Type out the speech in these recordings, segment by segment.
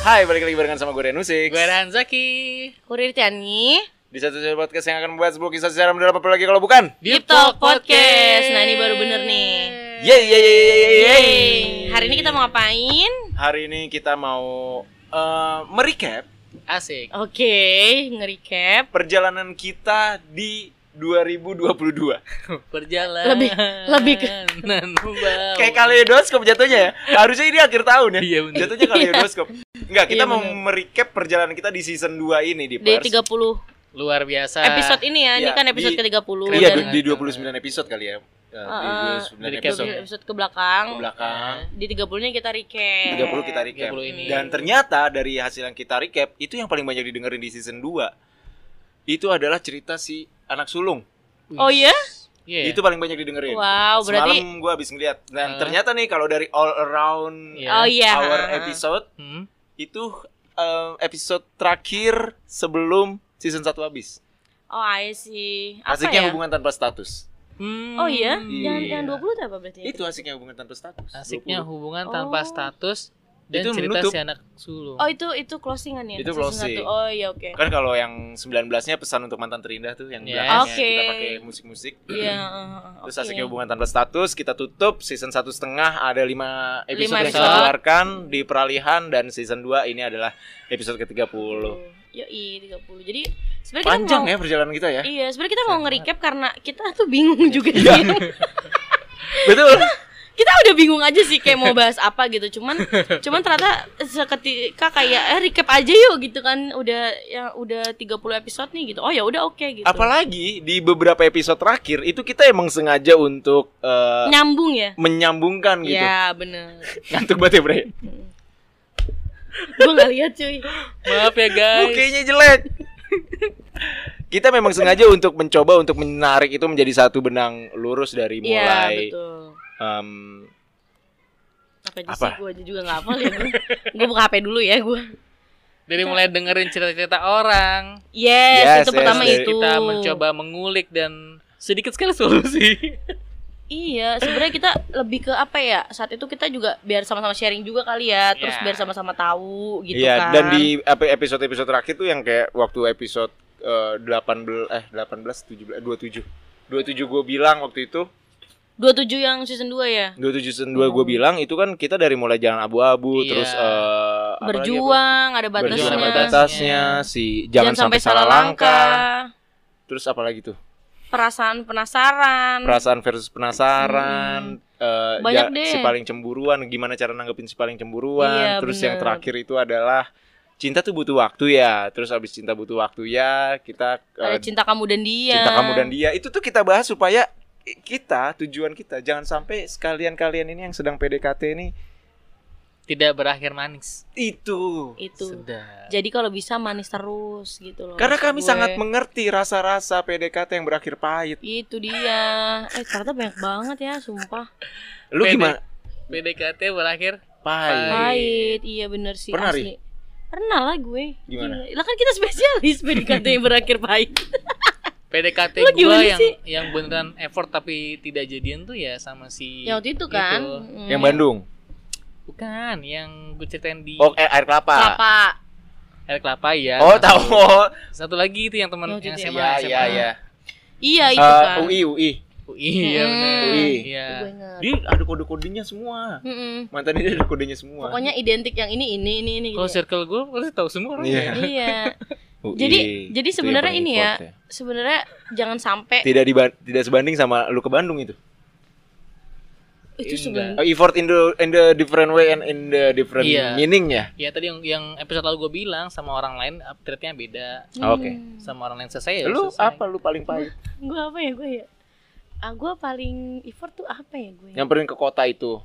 Hai, balik lagi barengan sama gue Renusik. Gue Ranzaki. Kurir Tiani Di satu podcast yang akan membahas sebuah kisah sejarah mendalam, apa lagi kalau bukan Deep Talk Podcast. Nah, ini baru bener nih. Yeay. Hari ini kita mau ngapain? Hari ini kita mau merecap Asik. Oke, nge-recap. perjalanan kita di 2022. Perjalanan Lebih ke Kayak kaleidoskop jatuhnya ya. Harusnya ini akhir tahun ya. Iya, bener. Jatuhnya kaleidoskop. Enggak, kita Iya, mau bener. merecap perjalanan kita di season 2 ini di Di Pers. 30 luar biasa. episode ini ya. Ini Iya, kan episode di- ke-30. Iya, Dan di 29 episode kali ya. Di 29 Di episode episode ke belakang. ke belakang. Di 30-nya kita recap. 30 kita recap. 30 ini. Dan ternyata dari hasil yang kita recap, itu yang paling banyak didengerin di season 2. Itu adalah cerita si anak sulung. Oh iya? Iya. Itu paling banyak didengerin. Wow, berarti Semalam gue habis ngeliat. Dan ternyata nih kalau dari all around Iya. Oh iya. our episode, itu episode terakhir sebelum season 1 habis. Oh, I see. Apa Asiknya ya? hubungan tanpa status. Oh iya? Iya. Yang 20 itu apa berarti? Itu asiknya hubungan tanpa status. Asiknya 20. hubungan tanpa Oh. status dan Itu cerita menutup. si anak sulung. Oh, itu closingan ya? Itu Season closing. 1. Oh iya, oke. Kan kalau yang 19-nya pesan untuk mantan terindah tuh, yang Yes. belakangnya Oke. kita pakai musik-musik. Iya, Terus oke. asiknya hubungan tanpa status kita tutup season 1,5, ada 5 episode 5 yang kita episode. keluarkan di peralihan, dan season 2 ini adalah episode ke-30. Yoi, 30. Jadi sebenarnya Panjang kita mau, ya perjalanan kita ya. Iya, sebenarnya kita mau nge-recap karena kita tuh bingung juga Iya. sih. Betul. Kita udah bingung aja sih kayak mau bahas apa gitu. Cuman ternyata seketika kayak recap aja yuk gitu kan. Udah 30 episode nih gitu. Oh ya udah oke gitu. Apalagi di beberapa episode terakhir itu kita emang sengaja untuk Nyambung ya? menyambungkan gitu. Ya, bener. Ngantuk banget ya, Bre. Gue gak lihat cuy. Maaf ya guys. Kayaknya jelek. Kita memang sengaja untuk mencoba untuk menarik itu menjadi satu benang lurus dari Iya, mulai betul. Apa aja Apa? sih, gue aja juga gak hafal ya gue. Gue buka HP dulu ya gue. Dari mulai dengerin cerita-cerita orang, Yes, Itu pertama dari- itu. kita mencoba mengulik dan sedikit sekali solusi. Iya, sebenarnya kita lebih ke apa ya? Saat itu kita juga biar sama-sama sharing juga kali ya, terus Ya. biar sama-sama tahu gitu Iya, kan. dan di episode-episode terakhir tuh yang kayak waktu episode 18 17 27 gue bilang waktu itu 27 yang season 2 ya. 27 season 2 gue bilang itu kan kita dari mulai jalan abu-abu Iya. terus apa lagi, Berjuang, ada apa? Berjuang batasnya. ada batasnya, si jangan sampai salah langkah. Terus apa lagi tuh? Perasaan penasaran. Perasaan versus penasaran. Banyak deh. Si paling cemburuan, gimana cara nanggepin si paling cemburuan. Iya, Terus bener. yang terakhir itu adalah cinta tuh butuh waktu ya. Terus abis cinta butuh waktu ya, kita Ada cinta kamu dan dia. cinta kamu dan dia. Itu tuh kita bahas supaya tujuan kita jangan sampai kalian ini yang sedang PDKT ini Tidak berakhir manis. itu. Sedap. Jadi kalau bisa manis terus gitu loh. Karena maksud kami gue. sangat mengerti rasa-rasa PDKT yang berakhir pahit. Itu dia. Ternyata banyak banget ya, sumpah. Lu gimana? PDKT berakhir Pahit. Pahit, iya bener sih. Pernah, asli. Pernah lah gue. Gimana? Gila. Lah kan kita spesialis PDKT yang berakhir pahit. PDKT Lu gue gimana sih? yang beneran effort tapi tidak jadian tuh ya sama si Yang waktu itu kan. Yang Bandung. Bukan, yang gue ceritain di Oh, air kelapa. Kelapa. Air Kelapa ya. Oh, tahu. Satu lagi itu yang teman Yang yang itu SMA. Iya, iya. Iya itu kan. UI. Iya benar. UI. Iya. Gue ingat. Dia ada kode-kodenya semua. Mm-mm. Mantan ini ada kodenya semua. Pokoknya identik yang ini Kalau gitu. circle gue pasti tahu semua orang. Iya. ya. Iya. UI. Jadi Itu yang sebenarnya paling ini effort ya. Sebenarnya jangan sampai Tidak sebanding sama lu ke Bandung itu. itu Enggak. sebenarnya. Effort in the different way and in the different Iya. meaningnya. Ya tadi yang episode lalu gue bilang sama orang lain treatnya beda. Oke. Sama orang lain selesai ya. Lu selesai. apa lu paling pahit? Gue apa ya gue ya? Gue paling effort tuh apa ya gue? Nyamperin ke kota itu.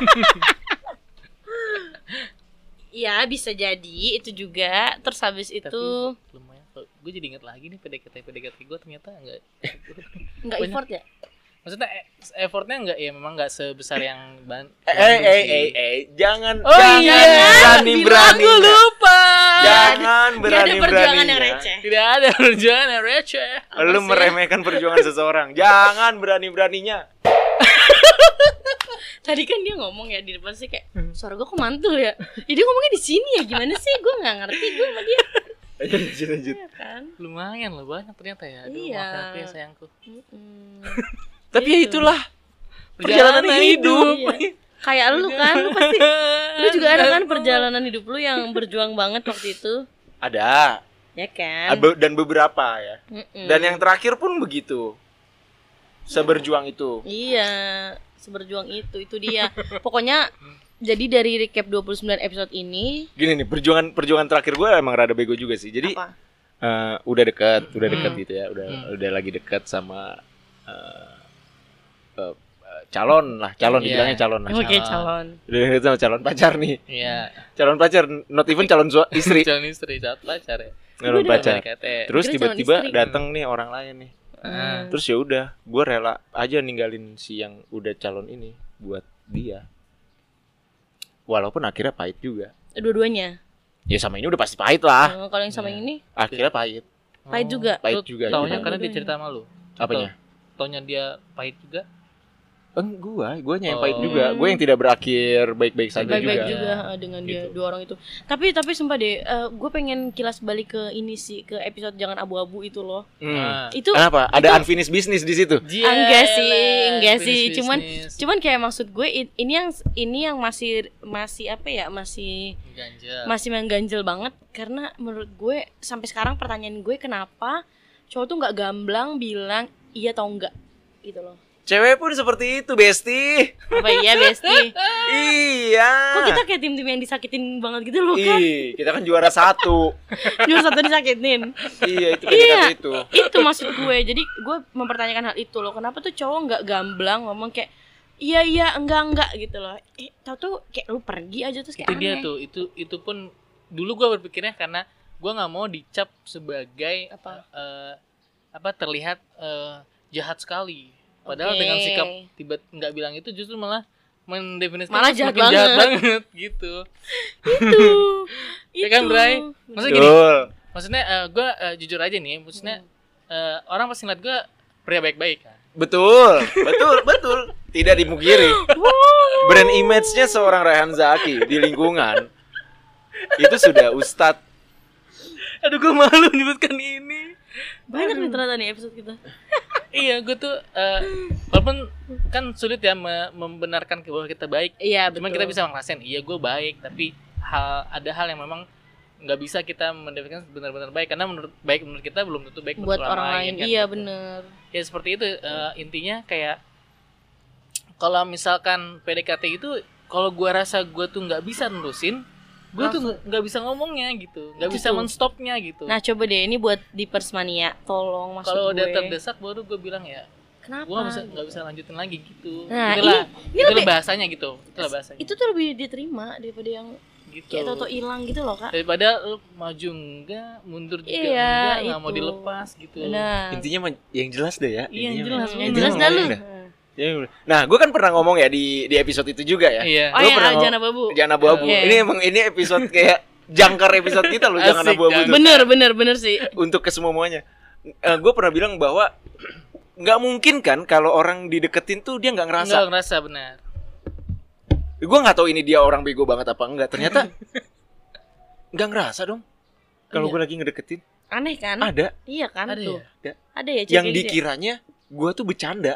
Ya bisa jadi itu juga. Terus habis itu Tapi lumayan. Gue jadi inget lagi nih PDKT gue ternyata enggak. nggak banyak. effort ya? Maksudnya effortnya enggak ya memang enggak sebesar yang Jangan Oh iya, berani-berani. Aku lupa. Jangan Gak ada perjuangan yang berani-berani. receh. Tidak ada perjuangan yang receh. Lu meremehkan perjuangan seseorang. Jangan berani-beraninya. Tadi kan dia ngomong ya di depan sih kayak suara gue kok mantul ya. Jadi ngomongnya di sini ya gimana sih? Gue nggak ngerti gue sama dia. Lanjut. Iya kan? Lumayan loh, banyak ternyata ya. Aduh, Iya. maafin aku ya sayangku. Tapi ya Gitu. itulah perjalanan hidup. Iya. Kayak lu kan, lu pasti lu juga ada kan perjalanan hidup lu yang berjuang banget waktu itu, Ada. ya kan? Dan beberapa ya. Dan yang terakhir pun begitu. Seberjuang itu. Iya, seberjuang itu dia. Pokoknya jadi dari recap 29 episode ini, Gini nih, perjuangan terakhir gue emang rada bego juga sih. Jadi apa? udah dekat gitu ya. Udah lagi dekat sama calon dibilangnya calon lah. Oke, calon. Udah dekat sama calon pacar nih. Iya. Calon pacar, not even calon istri. Calon istri, calon pacar ya. Calon pacar. PDKT. Terus Kira calon tiba-tiba istri. datang nih orang lain nih. Terus ya udah, gue rela aja ninggalin si yang udah calon ini buat dia. Walaupun akhirnya pahit juga. Dua-duanya. Ya sama ini udah pasti pahit lah. Kalau yang sama yang ini Akhirnya pahit. pahit juga. Pahit juga. Taunya gitu. karena dia cerita sama lu. Apanya? Taunya dia pahit juga. Guanya yang pahit juga. Gue yang tidak berakhir baik-baik saja Baik-baik juga. juga dengan dia Gitu. dua orang itu. Tapi sumpah deh, gue pengen kilas balik ke ini sih, ke episode jangan abu-abu itu loh. Nah. Itu Kenapa? Ada unfinished business di situ. enggak sih. Bisnis. Cuman kayak maksud gue ini yang masih apa ya? Masih mengganjel banget karena menurut gue sampai sekarang pertanyaan gue kenapa cowok tuh nggak gamblang bilang iya atau enggak gitu loh. Cewek pun seperti itu, Besti. Apa iya Besti? Iya. Kok kita kayak tim-tim yang disakitin banget gitu loh kan? Kita kan juara 1. Juara satu disakitin. Iya, itu Iya, kan itu. itu maksud gue. Jadi gue mempertanyakan hal itu loh. Kenapa tuh cowok nggak gamblang ngomong kayak iya enggak gitu loh. Tau tuh kayak lu pergi aja terus kayak Itu dia aneh. tuh, itu pun dulu gue berpikirnya karena gue nggak mau dicap sebagai terlihat jahat sekali. Padahal Oke. dengan sikap tiba nggak bilang itu justru malah mendefinisikan Malah jahat semakin jahat banget. banget gitu. Itu. Ya kan, Bray? Maksudnya gini, Betul. maksudnya gue jujur aja nih, maksudnya orang pasti ngeliat gue pria baik-baik kan. Betul. Tidak dimungkiri. Brand image-nya seorang Rehan Zaki di lingkungan itu sudah ustadz. Aduh, gue malu menyebutkan ini. Banyak nih ternyata nih episode kita. Iya, gue tuh walaupun kan sulit ya membenarkan bahwa kita baik. Iya, Cuman betul. kita bisa ngerasain, iya gue baik, tapi ada hal yang memang nggak bisa kita mendefinisikan benar-benar baik karena menurut kita belum tentu baik buat menurut orang lain. kan, Iya, gitu. bener. Ya seperti itu intinya kayak kalau misalkan PDKT itu kalau gue rasa gue tuh nggak bisa nerusin, gue tuh nggak bisa ngomongnya gitu, nggak bisa Gitu. menstopnya gitu. Nah, coba deh ini buat di Persmania, tolong maksud Kalau gue. udah terdesak baru gue bilang ya, Kenapa? gue nggak bisa lanjutin lagi gitu. Nah, itulah ini lebih- bahasanya gitu, itulah bahasanya. Itu tuh lebih diterima daripada yang Gitu. kayak toto hilang gitu loh, Kak. Daripada lu maju enggak, mundur juga Iya, enggak mau itu. dilepas gitu. Benar. Intinya yang jelas deh ya. Iya, yang Intinya jelas, mah. Yang bener. jelas dah lu. Nah, gue kan pernah ngomong ya di episode itu juga ya. Iya. Oh, Gua yang pernah Jangan Abu-Abu. Jangan abu-abu. Iya. Ini episode kayak jangkar episode kita loh, jangan Asik, abu-abu itu. Bener sih. Untuk kesemuanya. Gue pernah bilang bahwa nggak mungkin kan kalau orang dideketin tuh dia nggak ngerasa. Enggak ngerasa benar. Gue nggak tahu ini dia orang bego banget apa enggak. Ternyata nggak ngerasa dong. Kalau Iya. gue lagi ngedeketin Aneh kan? ada Iya kan Ada tuh. ya? Ada ya cewek yang gitu ya? dikiranya gue tuh bercanda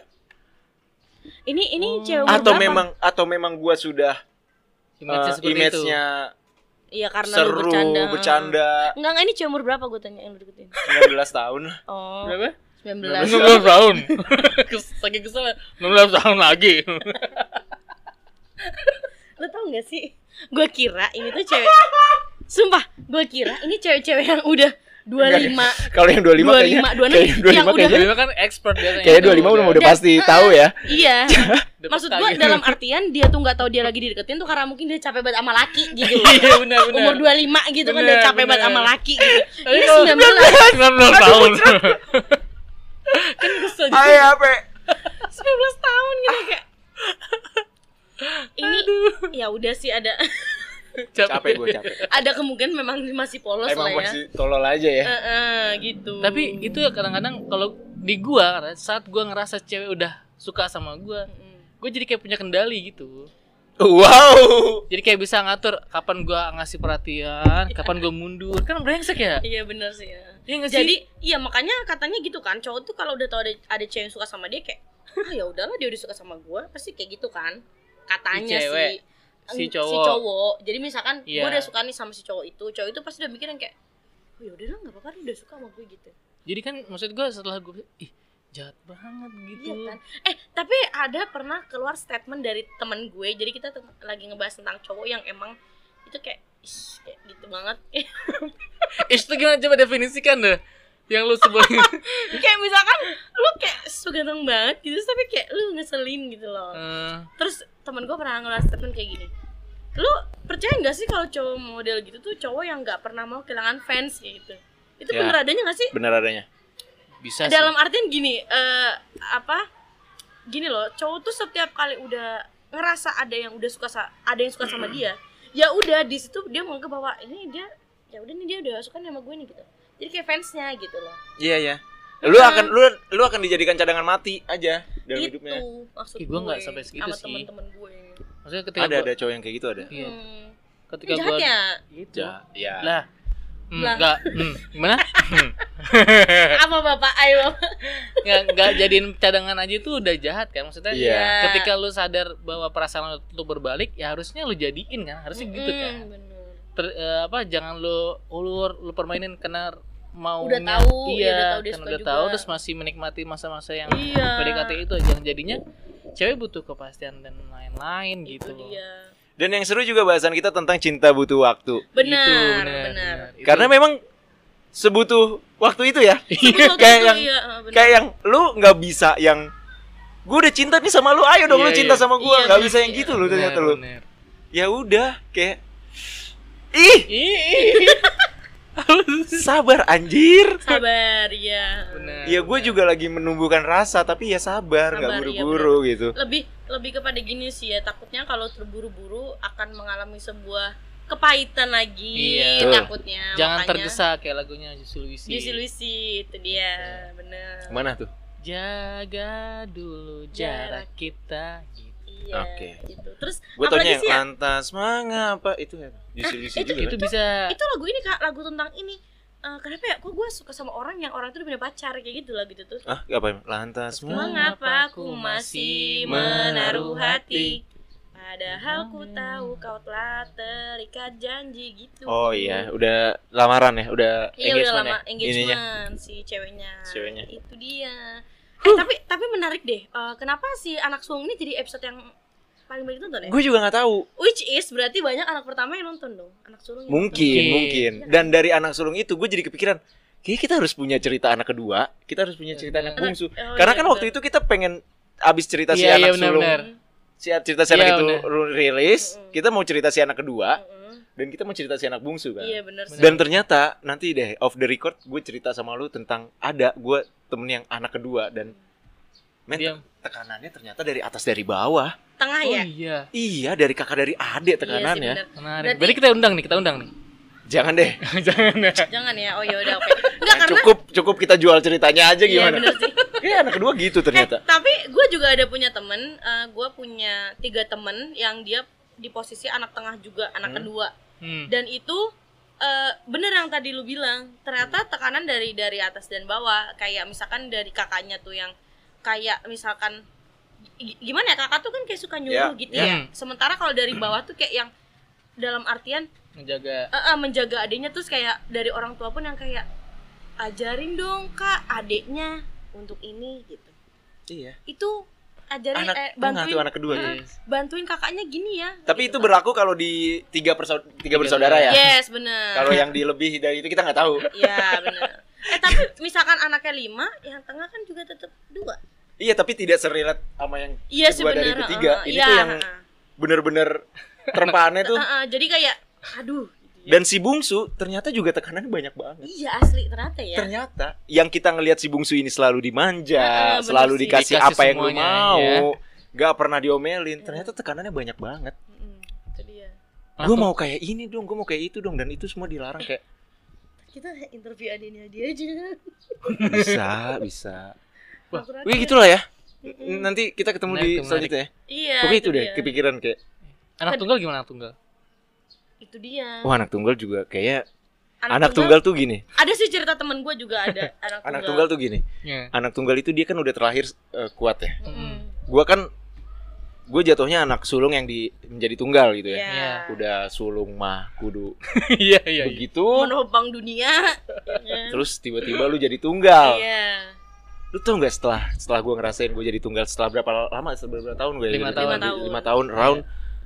Ini Oh. cewek umur berapa? atau memang gue sudah Image-nya seperti itu. image-nya Iya karena lu seru bercanda. bercanda Enggak ini cewek umur berapa gue tanya yang lu deketin? 19 tahun. Oh, Berapa? 19. 19 tahun. Saking kesel 19 tahun lagi. Lu tau gak sih? Gue kira ini tuh cewek. Sumpah, gue kira ini cewek-cewek yang udah 25. Kalau yang 25 kayaknya 26 kayak 25 yang udah- kayaknya Dia kan expert biasanya. kayak 25 udah pasti tahu ya. Iya. Udah Maksud peka gue gitu. dalam artian dia tuh nggak tahu dia lagi dideketin tuh karena mungkin dia capek banget sama laki gitu. Iya benar. Umur 25 gitu kan dia Bener, capek banget bener. sama laki gitu. Tapi Ini kalau 19 19 tahun. Kan kesel juga. Ayo apa? 19 tahun gitu kayak. Ini ya udah sih ada Capek gue capek. ada kemungkinan memang masih polos Emang lah ya. masih tolol aja ya. Gitu. Tapi itu ya kadang-kadang kalau di gua saat gua ngerasa cewek udah suka sama gua, gue jadi kayak punya kendali gitu. Wow. Jadi kayak bisa ngatur kapan gue ngasih perhatian, kapan gue mundur. Kan brengsek ya? Iya benar sih ya. Iya nggak sih? Jadi iya makanya katanya gitu kan, cowok tuh kalau udah tahu ada cewek yang suka sama dia kayak ya udahlah dia udah suka sama gue, pasti kayak gitu kan. Katanya si si cowok. cowok. Jadi misalkan Iya. gue udah suka nih sama si cowok itu pasti udah mikir yang kayak oh ya udahlah enggak apa-apa dia udah suka sama gue gitu. Jadi kan maksud gue setelah gue jahat banget gitu. Iya kan. Tapi ada pernah keluar statement dari teman gue. Jadi kita lagi ngebahas tentang cowok yang emang itu kayak kayak gitu banget. Itu gimana, coba definisikan deh yang lu sebelum. Kayak misalkan lu kayak ganteng banget gitu tapi kayak lu ngeselin gitu loh. Terus teman gue pernah ngeluar statement kayak gini. Lu percaya nggak sih kalau cowok model gitu tuh cowok yang nggak pernah mau kehilangan fans kayak gitu? Itu Ya, bener adanya nggak sih? Bener adanya. Bisa Dalam sih. artian gini, gini loh, cowok tuh setiap kali udah ngerasa ada yang suka sama dia, ya udah di situ dia menganggap bahwa ini dia ya udah nih dia udah suka sama gue nih gitu. Jadi kayak fansnya gitu loh. Iya ya. Lu akan dijadikan cadangan mati aja dalam Itu hidupnya. maksud Gue gue nggak sampai segitu sama sih. teman-teman gue. Maksudnya ketika Ada cowok yang kayak gitu ada. Iya. Hmm. Ketika Jahat gue ya? gitu. Ya. Lah. Lah. Enggak. Gimana? Apa bapak? Ayo bapak. Enggak jadiin cadangan aja itu udah jahat kan maksudnya. Iya. Ketika lu sadar bahwa perasaan lu berbalik, ya harusnya lu jadiin kan, harusnya gitu kan. Bener. Jangan lu ulur, lu permainin karena mau Udah tahu, iya, udah tahu dia karena suka udah juga. tahu terus masih menikmati masa-masa yang Iya. PDKT itu, jangan jadinya cewek butuh kepastian dan lain-lain Itu gitu. dia. Dan yang seru juga bahasan kita tentang cinta butuh waktu. Benar, Gitu, benar. Itu. Karena memang sebutuh waktu itu ya. Betul, Kayak betul, yang iya, benar. kayak yang lu nggak bisa yang gue udah cinta nih sama lu, ayo dong Iya, lu cinta iya. sama gue, Iya, nggak bener, bisa yang iya. gitu lu ternyata lu. Bener. Ya udah kayak ih Ih. sabar anjir. Sabar ya. Bener. Ya gue juga lagi menumbuhkan rasa tapi ya sabar, nggak Sabar, iya, buru-buru gitu. Lebih kepada gini sih ya, takutnya kalau terburu-buru akan mengalami sebuah kepahitan lagi. Iya. Takutnya. Jangan makanya tergesa kayak lagunya Juicy Luisi itu dia, bener. Mana tuh? Jaga dulu jarak kita gitu. Iya. Oke. Gitu. Terus Gue apalagi tanya yang sih ya? lantas mengapa itu ya? Juicy juga. Itu bisa Itu lagu ini Kak, lagu tentang ini. Kenapa ya? Kok gue suka sama orang yang orang itu udah punya pacar kayak gitu lah gitu tuh. Ah, apa ya? Lantas Mengapa aku masih menaruh hati? Padahal ku tahu kau telah terikat janji gitu. Oh iya, udah lamaran ya, udah Iya udah engagement lama ya? engagement Ininya. si ceweknya. Ceweknya. Itu dia. Tapi menarik deh. Kenapa si anak sulung ini jadi episode yang paling banyak ditonton ya? Gue juga nggak tahu. Which is berarti banyak anak pertama yang nonton dong. Anak sulung. yang Mungkin. Dan dari anak sulung itu gue jadi kepikiran, kayaknya kita harus punya cerita anak kedua, kita harus punya cerita anak bungsu. Karena iya, kan waktu itu kita pengen abis cerita si Iya, anak iya, sulung, benar-benar. cerita si Iya, anak itu benar. rilis, kita mau cerita si anak kedua, nonton. dan kita mau cerita si anak bungsu kan. Iya benar sih. Dan ternyata nanti deh off the record gue cerita sama lu tentang ada gue temen yang anak kedua dan men Dia- tekanannya ternyata dari atas dari bawah. Tengah Oh ya. iya. Iya dari kakak dari adik tekanannya. Iya sih, benar. Menarik. Berarti- Berarti kita undang nih. Jangan deh. Jangan ya. Jangan ya. Oh ya udah oke. Enggak karena cukup kita jual ceritanya aja iya gimana? benar sih. Kayak anak kedua gitu ternyata. Tapi gue juga ada punya temen. Gue punya 3 temen yang dia di posisi anak tengah juga, anak kedua. Dan itu bener yang tadi lu bilang. Ternyata tekanan dari atas dan bawah. Kayak misalkan dari kakaknya tuh yang kayak misalkan gimana ya, kakak tuh kan kayak suka nyuruh Ya, gitu ya. ya. Sementara kalau dari bawah tuh kayak yang dalam artian Menjaga. menjaga adiknya, terus kayak dari orang tua pun yang kayak ajarin dong kak adiknya untuk ini gitu. Iya. Itu ajarin Anak tengah bantuin tuh anak kedua. bantuin kakaknya gini ya. Tapi itu gitu. berlaku kalau di tiga bersaudara ya. Yes bener. Kalau yang di lebih dari itu kita nggak tahu. Iya bener. Tapi misalkan anaknya 5, yang tengah kan juga tetap 2. Iya tapi tidak serilat sama yang Iya sih kedua dari bener. ketiga. Ini Iya, tuh yang bener-bener terempaannya tuh. jadi kayak aduh. Dan si bungsu ternyata juga tekanannya banyak banget. Iya asli ternyata ya. Ternyata yang kita ngelihat si bungsu ini selalu dimanja, Bener selalu sih. dikasih Dikasih apa yang lu semuanya, mau, ya. gak pernah diomelin. Ternyata tekanannya banyak banget. Itu dia. Gue mau kayak ini dong, gue mau kayak itu dong, dan itu semua dilarang kayak Kita interview adiknya dia aja. bisa. Wah, Wih gitulah ya. Nanti kita ketemu di selanjutnya. Iya. Pokoknya itu deh kepikiran kayak anak tunggal gimana anak tunggal? Itu dia. Wah, anak tunggal juga kayak anak tunggal tuh gini. Ada sih cerita temen gue juga ada anak tunggal tuh gini. Yeah. Anak tunggal itu dia kan udah terlahir kuat ya. Gue jatuhnya anak sulung yang menjadi tunggal gitu ya. Yeah. Udah sulung mah kudu. Iya. Begitu. Menopang dunia. Terus tiba-tiba lu jadi tunggal. Iya. Lu tau gak setelah gue ngerasain gue jadi tunggal setelah berapa lama? Setelah berapa tahun gue? 5 tahun round.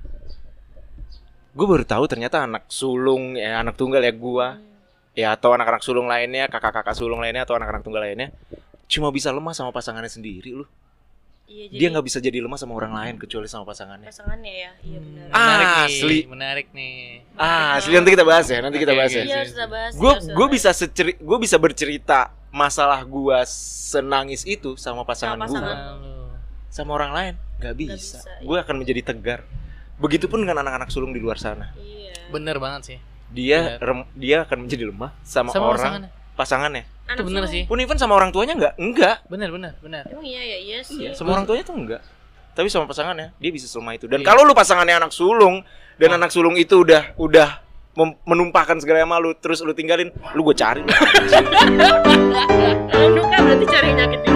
Gue baru tahu ternyata anak sulung ya, anak tunggal ya gue. Ya atau anak-anak sulung lainnya, kakak-kakak sulung lainnya atau anak-anak tunggal lainnya cuma bisa lemah sama pasangannya sendiri lu. Iya, dia nggak bisa jadi lemah sama orang lain kecuali sama pasangannya. Pasangannya ya, iya benar. Menarik nih. Asli nanti kita bahas ya, Iya, harus kita bahas. Gue bisa bercerita masalah gue senangis itu sama pasangan gue. Sama orang lain nggak bisa. Gue akan menjadi tegar. Begitupun dengan anak-anak sulung di luar sana. Iya. Bener banget sih. Dia akan menjadi lemah sama orang pasangannya. Itu bener sih. Pun even sama orang tuanya enggak. Bener. Emang iya sih. Iya, sama orang tuanya tuh enggak. Tapi sama pasangannya dia bisa selemah itu. Dan kalau lu pasangannya anak sulung dan anak sulung itu udah menumpahkan segala sama lu, terus lu tinggalin, lu gue cari. Lu kan berarti cari nyakit